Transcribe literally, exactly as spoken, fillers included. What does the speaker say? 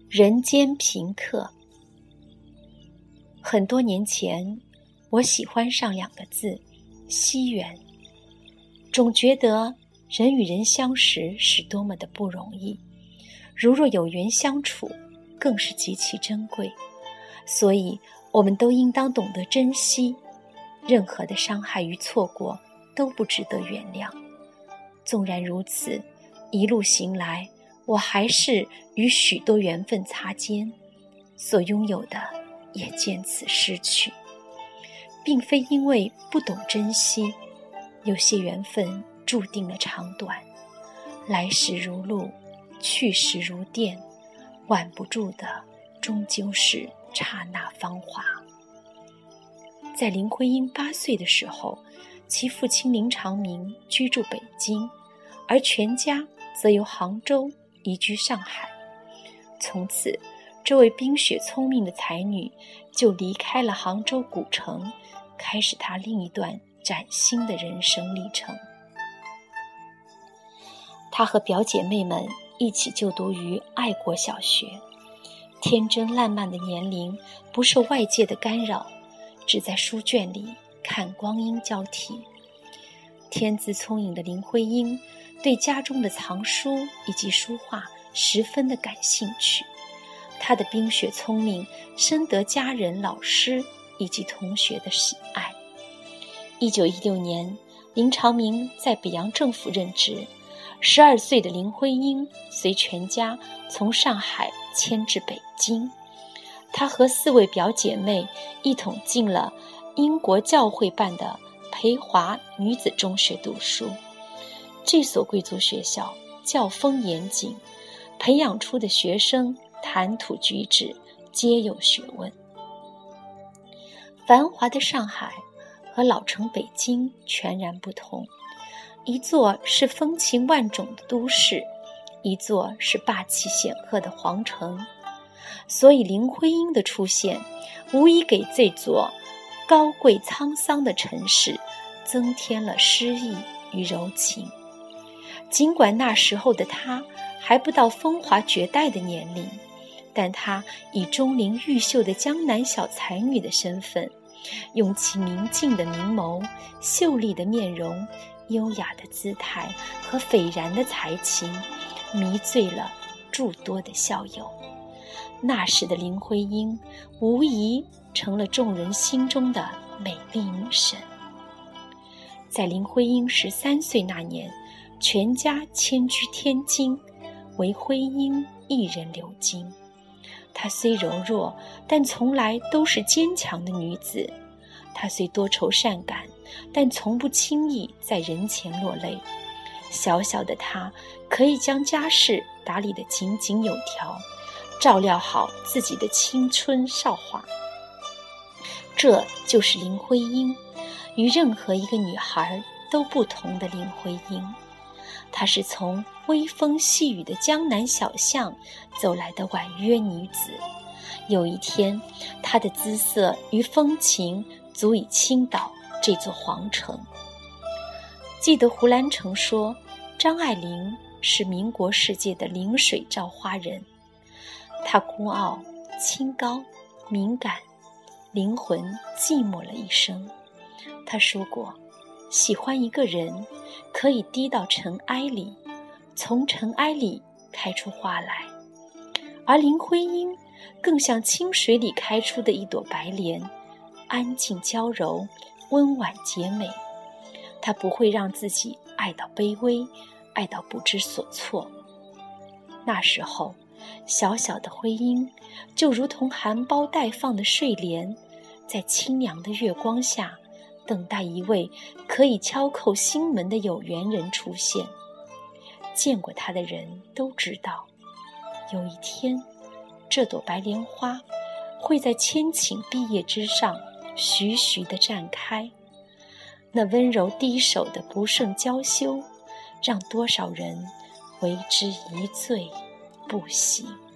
人间平客。很多年前，我喜欢上两个字，惜缘。总觉得人与人相识是多么的不容易，如若有缘相处，更是极其珍贵。所以我们都应当懂得珍惜，任何的伤害与错过都不值得原谅。纵然如此，一路行来，我还是与许多缘分擦肩，所拥有的也渐次失去。并非因为不懂珍惜，有些缘分注定了长短，来时如露，去时如电，挽不住的终究是刹那芳华。在林徽因八岁的时候，其父亲林长民居住北京，而全家则由杭州移居上海。从此，这位冰雪聪明的才女就离开了杭州古城，开始她另一段崭新的人生历程。她和表姐妹们一起就读于爱国小学，天真烂漫的年龄不受外界的干扰，只在书卷里看光阴交替。天资聪颖的林徽因对家中的藏书以及书画十分的感兴趣，她的冰雪聪明深得家人、老师以及同学的喜爱。一九一六年，林长民在北洋政府任职，十二岁的林徽因随全家从上海迁至北京。她和四位表姐妹一同进了英国教会办的培华女子中学读书。这所贵族学校教风严谨，培养出的学生谈吐举止皆有学问。繁华的上海和老城北京全然不同，一座是风情万种的都市，一座是霸气显赫的皇城。所以林徽因的出现无疑给这座高贵沧桑的城市增添了诗意与柔情。尽管那时候的她还不到风华绝代的年龄，但她以钟灵毓秀的江南小才女的身份，用其明净的明眸、秀丽的面容、优雅的姿态和斐然的才情，迷醉了诸多的校友。那时的林徽因无疑成了众人心中的美丽女神。在林徽因十三岁那年，全家迁居天津，唯徽因一人留京。她虽柔弱，但从来都是坚强的女子。她虽多愁善感，但从不轻易在人前落泪。小小的她可以将家事打理得井井有条，照料好自己的青春少华。这就是林徽因，与任何一个女孩都不同的林徽因。她是从微风细雨的江南小巷走来的婉约女子。有一天，她的姿色与风情足以倾倒这座皇城。记得胡兰成说，张爱玲是民国世界的临水照花人。她孤傲、清高、敏感，灵魂寂寞了一生。她说过，喜欢一个人，可以滴到尘埃里，从尘埃里开出花来。而林徽因更像清水里开出的一朵白莲，安静娇柔，温婉洁美。她不会让自己爱到卑微，爱到不知所措。那时候，小小的徽因就如同含苞待放的睡莲，在清凉的月光下等待一位可以敲叩心门的有缘人出现。见过她的人都知道，有一天，这朵白莲花会在千顷碧叶之上徐徐地绽开。那温柔低首的不胜娇羞，让多少人为之一醉不醒。